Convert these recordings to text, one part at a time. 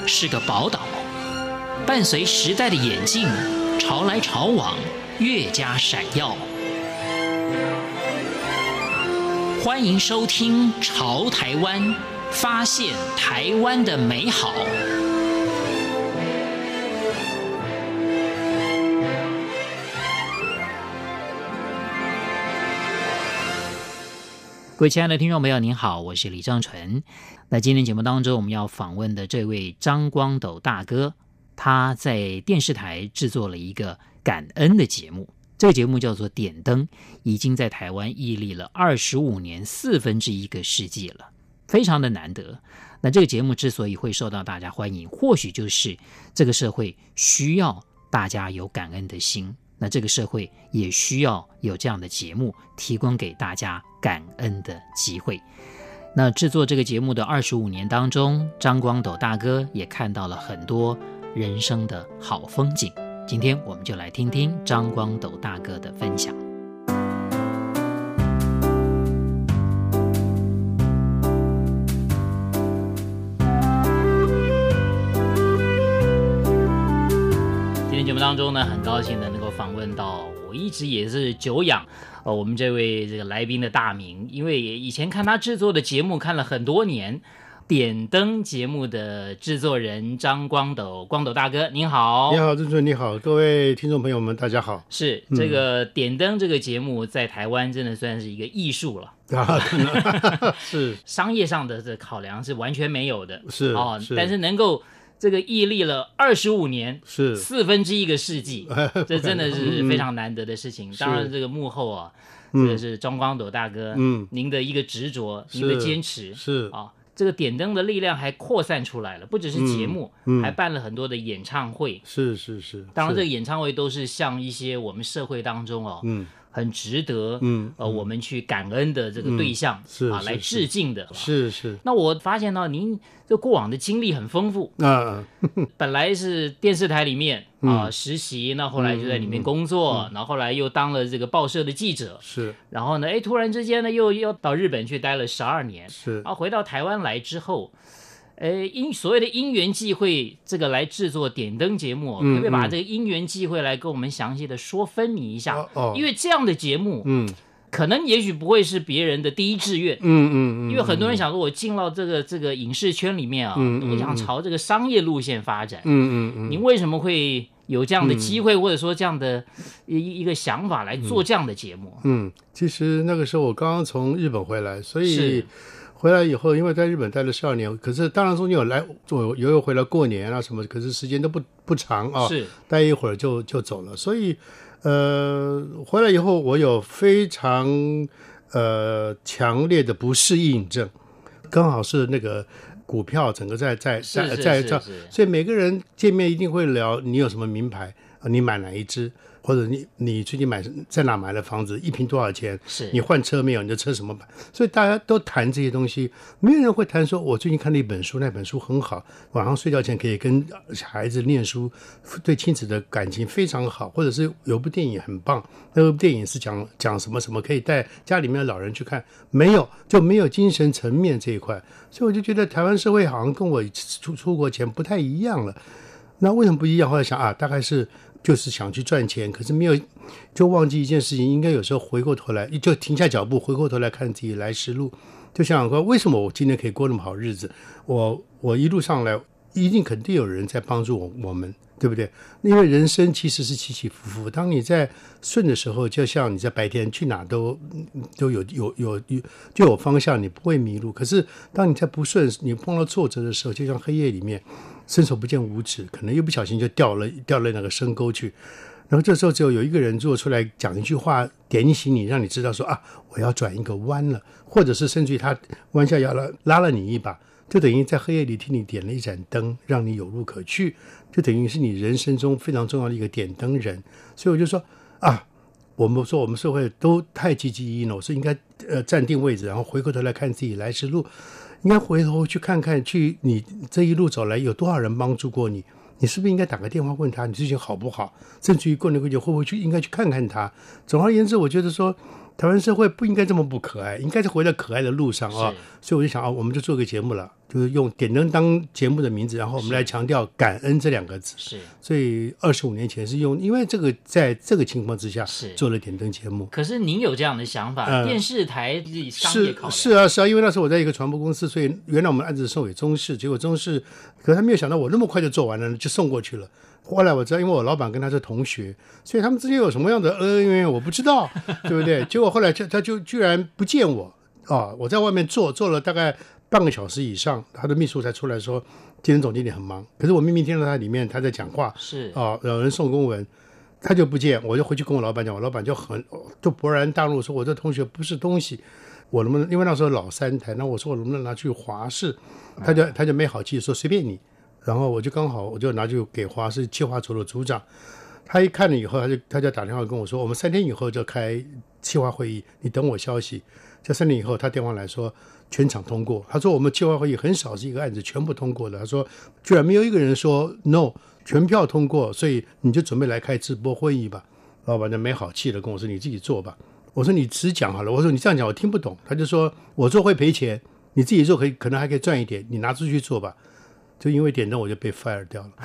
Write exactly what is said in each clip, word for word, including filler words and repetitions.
是个宝岛，伴随时代的演进，潮来潮往，越加闪耀。欢迎收听《潮台湾》，发现台湾的美好。各位亲爱的听众朋友您好，我是李正纯。那今天节目当中我们要访问的这位张光斗大哥，他在电视台制作了一个感恩的节目，这个节目叫做点灯，已经在台湾屹立了二十五年，四分之一个世纪了，非常的难得。那这个节目之所以会受到大家欢迎，或许就是这个社会需要大家有感恩的心，那这个社会也需要有这样的节目提供给大家感恩的机会。那制作这个节目的二十五年当中，张光斗大哥也看到了很多人生的好风景。今天我们就来听听张光斗大哥的分享。今天节目当中呢，很高兴的能够访问到我一直也是久仰呃我们这位这个来宾的大名，因为以前看他制作的节目看了很多年，点灯节目的制作人张光斗，光斗大哥您好。 你好，郑顺，你好，各位听众朋友们大家好。 是这个点灯这个节目在台湾真的算是一个艺术了啊，是商业上的这考量是完全没有的， 是哦， 是但是能够这个屹立了二十五年， 是四分之一个世纪，这真的是非常难得的事情。当然，这个幕后啊，这个是张光斗大哥，嗯，您的一个执着，您的坚持， 是啊。这个点灯的力量还扩散出来了，不只是节目，嗯嗯、还办了很多的演唱会。 是是是， 当然这个演唱会都是向一些我们社会当中哦，嗯，很值得，嗯，呃，我们去感恩的这个对象、嗯、是啊，来致敬的。 是是。 那我发现到您这过往的经历很丰富啊，本来是电视台里面啊、呃、实习，那后来就在里面工作，嗯嗯、然后后来又当了这个报社的记者， 是。 然后呢，哎，突然之间呢，又又到日本去待了十二年， 是。 然后回到台湾来之后，呃，因所谓的因缘际会，这个来制作点灯节目，嗯、可不可以把这个因缘际会来跟我们详细的说分明一下？哦，因为这样的节目，嗯。可能也许不会是别人的第一志愿，嗯嗯嗯，因为很多人想说，我进到这个这个影视圈里面啊，嗯嗯、我想朝这个商业路线发展，嗯嗯嗯，您为什么会有这样的机会，嗯、或者说这样的一一个想法来做这样的节目？ 嗯，其实那个时候我刚刚从日本回来，所以回来以后，因为在日本待了十二年，可是当然中间有来，有有回来过年啊什么，可是时间都不不长啊， 是待一会儿就就走了，所以。呃，回来以后我有非常呃强烈的不适应症，刚好是那个股票整个在在在在在，所以每个人见面一定会聊你有什么名牌啊，你买哪一支，或者你你最近买在哪买了房子，一平多少钱？ 是你换车没有？你的车什么版？所以大家都谈这些东西，没有人会谈说我最近看了一本书，那本书很好，晚上睡觉前可以跟孩子念书，对亲子的感情非常好，或者是有部电影很棒，那部电影是讲讲什么什么，可以带家里面的老人去看，没有就没有精神层面这一块，所以我就觉得台湾社会好像跟我出出国前不太一样了。那为什么不一样？后来想啊，大概是。就是想去赚钱，可是没有，就忘记一件事情，应该有时候回过头来，就停下脚步，回过头来看自己来时路，就想想说，为什么我今天可以过那么好日子？我我一路上来，一定肯定有人在帮助我我们，对不对？因为人生其实是起起伏伏，当你在顺的时候，就像你在白天去哪都都有有有有就有方向，你不会迷路。可是当你在不顺，你碰到挫折的时候，就像黑夜里面。伸手不见五指，可能一不小心就掉了掉了那个深沟去，然后这时候只有有一个人做出来讲一句话点醒你，让你知道说啊，我要转一个弯了，或者是甚至于他弯下腰了拉了你一把，就等于在黑夜里替你点了一盏灯，让你有路可去，就等于是你人生中非常重要的一个点灯人。所以我就说啊，我们说我们社会都太积极一了，我说应该呃站定位置，然后回过头来看自己来时路。应该回头去看看，去你这一路走来有多少人帮助过你，你是不是应该打个电话问他你最近好不好，甚至于过年过节会不会去应该去看看他。总而言之，我觉得说台湾社会不应该这么不可爱，应该是回到可爱的路上啊。所以我就想啊，我们就做个节目了， 就是用点灯当节目的名字，然后我们来强调感恩这两个字。 是， 所以二十五年前是用，因为这个在这个情况之下做了点灯节目。 可是您有这样的想法，呃、电视台商业考量是是啊是啊，因为那时候我在一个传播公司，所以原来我们案子送给中视，结果中视，可是他没有想到我那么快就做完了，就送过去了。后来我知道，因为我老板跟他是同学，所以他们之间有什么样的恩恩怨怨我不知道，对不对？结果后来他就居然不见我啊！我在外面做做了大概半个小时以上，他的秘书才出来说，今天总经理很忙。可是我明明听到他里面他在讲话， 是啊，有人送公文，他就不见，我就回去跟我老板讲，我老板就很就勃然大怒，说我这同学不是东西，我能不能？因为那时候老三台，那我说我能不能拿去华视？他就他就没好气，说随便你。然后我就刚好我就拿去给华视企划组的组长，他一看了以后，他就他就打电话跟我说，我们三天以后就开企划会议，你等我消息。就三天以后，他电话来说全场通过。他说我们企划会议很少是一个案子全部通过的，他说居然没有一个人说 no， 全票通过，所以你就准备来开直播会议吧。老板就没好气了，跟我说你自己做吧。我说你只讲好了，我说你这样讲我听不懂。他就说我做会赔钱，你自己做可以可能还可以赚一点，你拿出去做吧。就因为点灯我就被 fire 掉了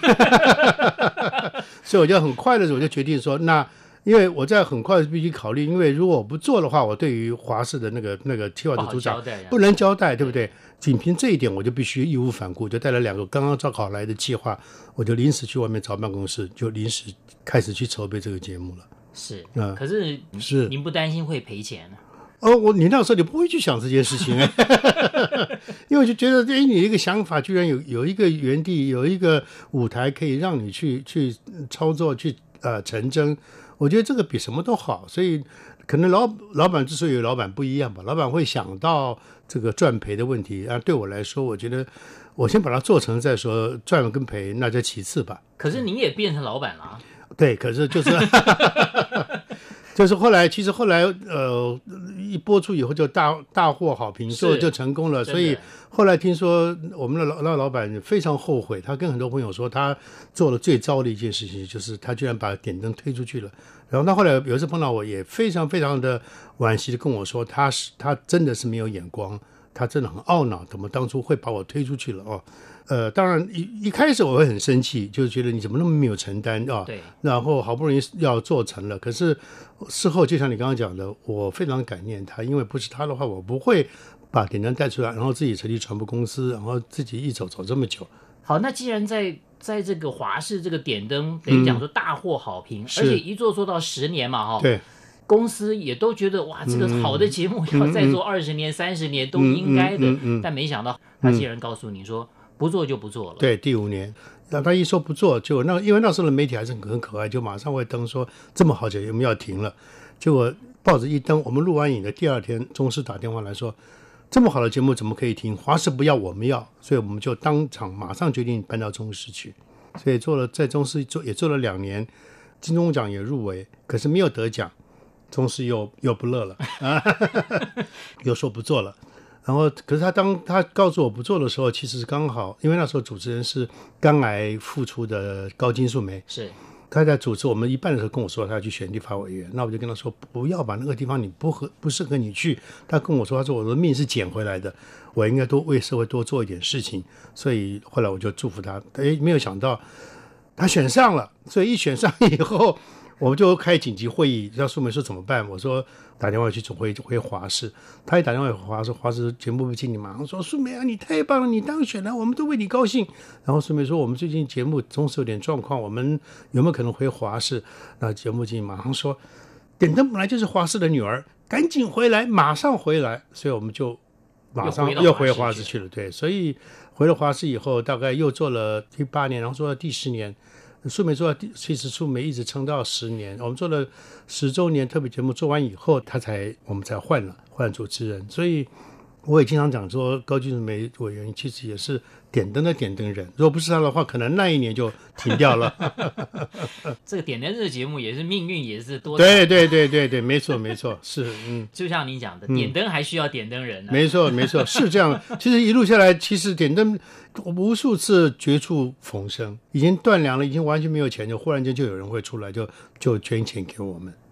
所以我就很快的时候我就决定说，那因为我在很快的必须考虑，因为如果我不做的话，我对于华视的那个那个企划的组长不能交代，对不对？仅凭这一点我就必须义无反顾，就带了两个刚刚招考来的计划，我就临时去外面找办公室，就临时开始去筹备这个节目了。 是、嗯、可是是您不担心会赔钱呢？ 哦，我你那时候你不会去想这件事情哎，因为我就觉得，哎，你一个想法居然有有一个园地，有一个舞台可以让你去去操作，去呃成真，我觉得这个比什么都好。所以可能老老板之所以有老板不一样吧，老板会想到这个赚赔的问题啊。对我来说，我觉得我先把它做成再说，赚跟赔那就其次吧。 可是您也变成老板了、啊。 对，可是就是。就是后来，其实后来，呃，一播出以后就大大获好评，就就成功了。所以后来听说我们的老老老板非常后悔，他跟很多朋友说，他做了最糟的一件事情，就是他居然把点灯推出去了。然后他后来有一次碰到我，也非常非常的惋惜的跟我说，他是他真的是没有眼光，他真的很懊恼，怎么当初会把我推出去了哦。呃，当然一一开始我会很生气，就是觉得你怎么那么没有承担啊？对。然后好不容易要做成了，可是事后就像你刚刚讲的，我非常感念他，因为不是他的话，我不会把点灯带出来，然后自己成立传播公司，然后自己一走走这么久。 好，那既然在在这个华视这个点灯等于讲说大获好评，嗯、而且一做做到十年嘛，哈、哦。 对。 公司也都觉得哇，这个好的节目要再做二十年、三十年都应该的，但没想到他竟然告诉你说。不做就不做了。 对，第五年，那他一说不做，就那因为那时候的媒体还是很可爱，就马上会登说这么好节目要停了。结果报纸一登，我们录完影的第二天，中视打电话来说，这么好的节目怎么可以停？华视不要，我们要，所以我们就当场马上决定搬到中视去。所以做了在中视做也做了两年，金钟奖也入围，可是没有得奖，中视又又不乐了啊，又说不做了。然后，可是他当他告诉我不做的时候，其实是刚好，因为那时候主持人是肝癌复出的高金素梅， 是他在主持我们一半的时候跟我说他要去选立法委员，那我就跟他说不要吧，那个地方你不合不适合你去。他跟我说，他说我的命是捡回来的，我应该多为社会多做一点事情。所以后来我就祝福他，哎，没有想到他选上了，所以一选上以后。我们就开紧急会议，让素梅说怎么办？我说打电话去总会回华视，他一打电话回华视，华视节目部经理马上说：“素梅啊，你太棒了，你当选了，我们都为你高兴。”然后素梅说：“我们最近节目总是有点状况，我们有没有可能回华视？”那节目经理马上说：“点灯本来就是华视的女儿，赶紧回来，马上回来。”所以我们就马上又回华视去了。对，所以回了华视以后，大概又做了第八年，然后做到第十年。素梅做到其实素梅一直撑到十年，我们做了十周年特别节目，做完以后，他才我们才换了换主持人。所以我也经常讲说，高金素梅委员其实也是点灯的点灯人，如果不是他的话，可能那一年就停掉了。 这个点灯这个节目也是命运，也是多。 对对对对对，没错没错，是嗯， 就像你讲的，点灯还需要点灯人、啊嗯。没错没错，是这样。其实一路下来，其实点灯无数次绝处逢生，已经断粮了，已经完全没有钱，就忽然间就有人会出来，就就捐钱给我们。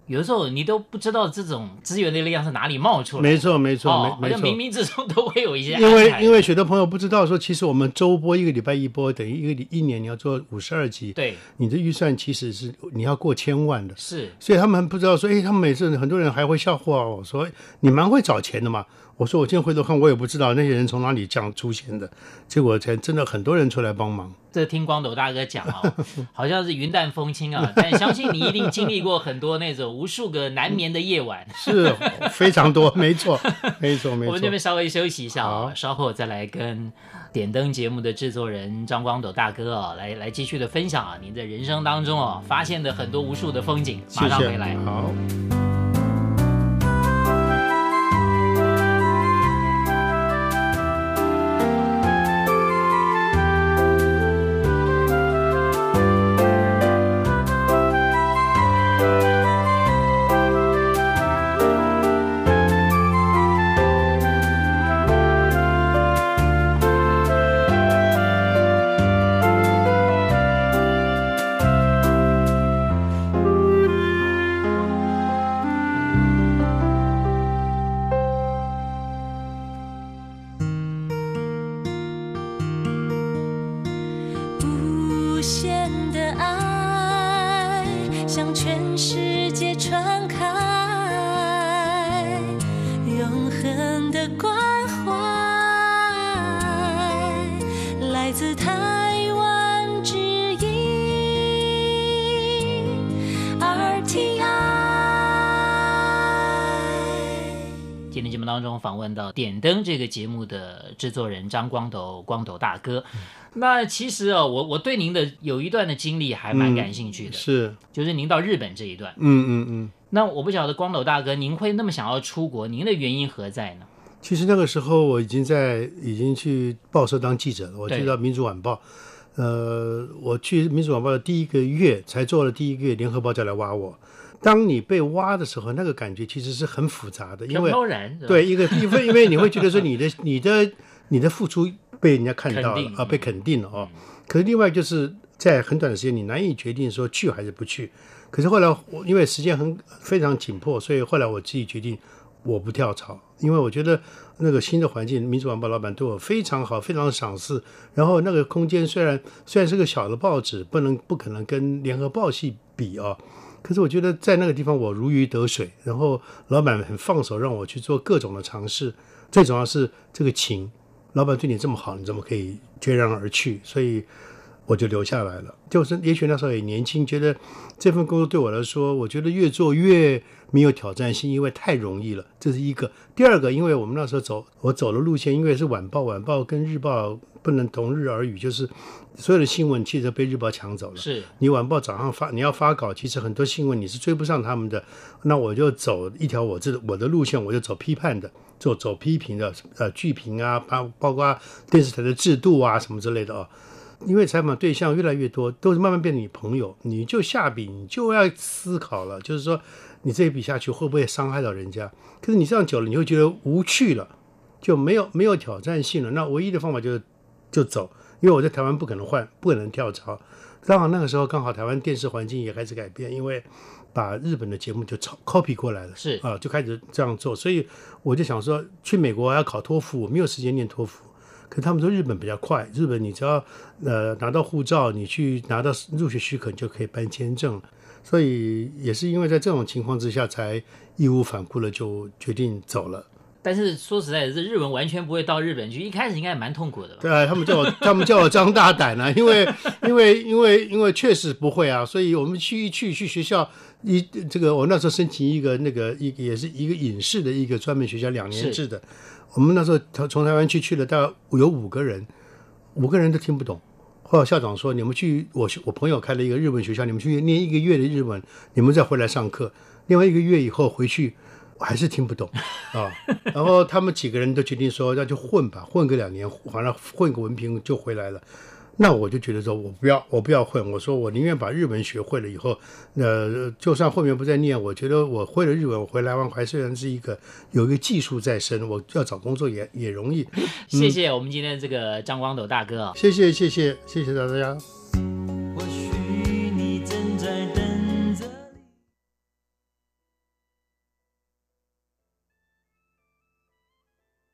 有的时候你都不知道这种资源的力量是哪里冒出来的。 没错没错、 哦、 没好像冥冥之中都会有一些安排。 因为因为许多朋友不知道说，其实我们周播一个礼拜一播，等于一个一年你要做五十二集， 对， 你的预算其实是你要过千万的， 是， 所以他们不知道说，哎，他们每次很多人还会笑话我说，你蛮会找钱的嘛。我说我今天回头看，我也不知道那些人从哪里这样出现的，结果才真的很多人出来帮忙。 这听光斗大哥讲哦，好像是云淡风轻啊，但相信你一定经历过很多那种无数个难眠的夜晚， 是非常多，没错，没错，没错。 我们这边稍微休息一下啊，稍后再来跟点灯节目的制作人张光斗大哥啊，来来继续的分享啊，您在人生当中啊发现的很多无数的风景，马上回来。 谢谢，好。 今天节目当中访问到点灯这个节目的制作人张光斗，光斗大哥。那其实哦，我我对您的有一段的经历还蛮感兴趣的， 嗯、是， 就是您到日本这一段。 嗯嗯嗯。 那我不晓得光斗大哥，您会那么想要出国，您的原因何在呢？ 其实那个时候我已经在已经去报社当记者了，我去到民主晚报。呃，我去民主晚报的第一个月，才做了第一个月，联合报就来挖我。当你被挖的时候，那个感觉其实是很复杂的，因为飘然对一个因为因为你会觉得说你的你的你的付出被人家看到了啊，被肯定了哦。嗯、可是另外就是在很短的时间，你难以决定说去还是不去。可是后来我因为时间很非常紧迫，所以后来我自己决定我不跳槽，因为我觉得那个新的环境，民主晚报老板对我非常好，非常赏识。然后那个空间虽然虽然是个小的报纸，不能不可能跟联合报系比啊。可是我觉得在那个地方我如鱼得水，然后老板很放手让我去做各种的尝试，最重要是这个情，老板对你这么好，你怎么可以决然而去？所以我就留下来了。就是也许那时候也年轻，觉得这份工作对我来说，我觉得越做越没有挑战性，因为太容易了，这是一个。第二个，因为我们那时候走我走的路线，因为是晚报，晚报跟日报不能同日而语，就是所有的新闻其实被日报抢走了。 是你晚报早上发，你要发稿，其实很多新闻你是追不上他们的。那我就走一条我这我的路线，我就走批判的，走走批评的，呃，剧评啊，包包括电视台的制度啊什么之类的啊。因为采访对象越来越多，都是慢慢变成你朋友，你就下笔，你就要思考了，就是说你这一笔下去会不会伤害到人家？可是你这样久了，你会觉得无趣了，就没有没有挑战性了。那唯一的方法就是就走，因为我在台湾不可能换，不可能跳槽。刚好那个时候刚好台湾电视环境也开始改变，因为把日本的节目就 copy 过来了， 是啊，就开始这样做。所以我就想说，去美国要考托福，我没有时间念托福。可他们说日本比较快，日本你只要呃拿到护照，你去拿到入学许可，你就可以办签证。所以也是因为在这种情况之下，才义无反顾了就决定走了。 但是说实在的，这日文完全不会到日本去，一开始应该蛮痛苦的吧？ 对啊，他们叫我他们叫我张大胆啊，因为因为因为因为确实不会啊，所以我们去一去去学校一这个我那时候申请一个那个一个也是一个影视的一个专门学校，两年制的。我们那时候从台湾去去了大概有五个人，五个人都听不懂。后来校长说：“你们去我我朋友开了一个日文学校，你们去念一个月的日文，你们再回来上课。另外一个月以后回去，我还是听不懂啊。”然后他们几个人都决定说：“那就混吧，混个两年，反正混个文凭就回来了。”那我就觉得说，我不要，我不要混。我说我宁愿把日文学会了以后，呃，就算后面不再念，我觉得我会了日文，我回来湾还虽然是一个有一个技术在身，我要找工作也也容易。 谢谢我们今天这个张光斗大哥啊、哦， 谢谢谢谢谢谢大家。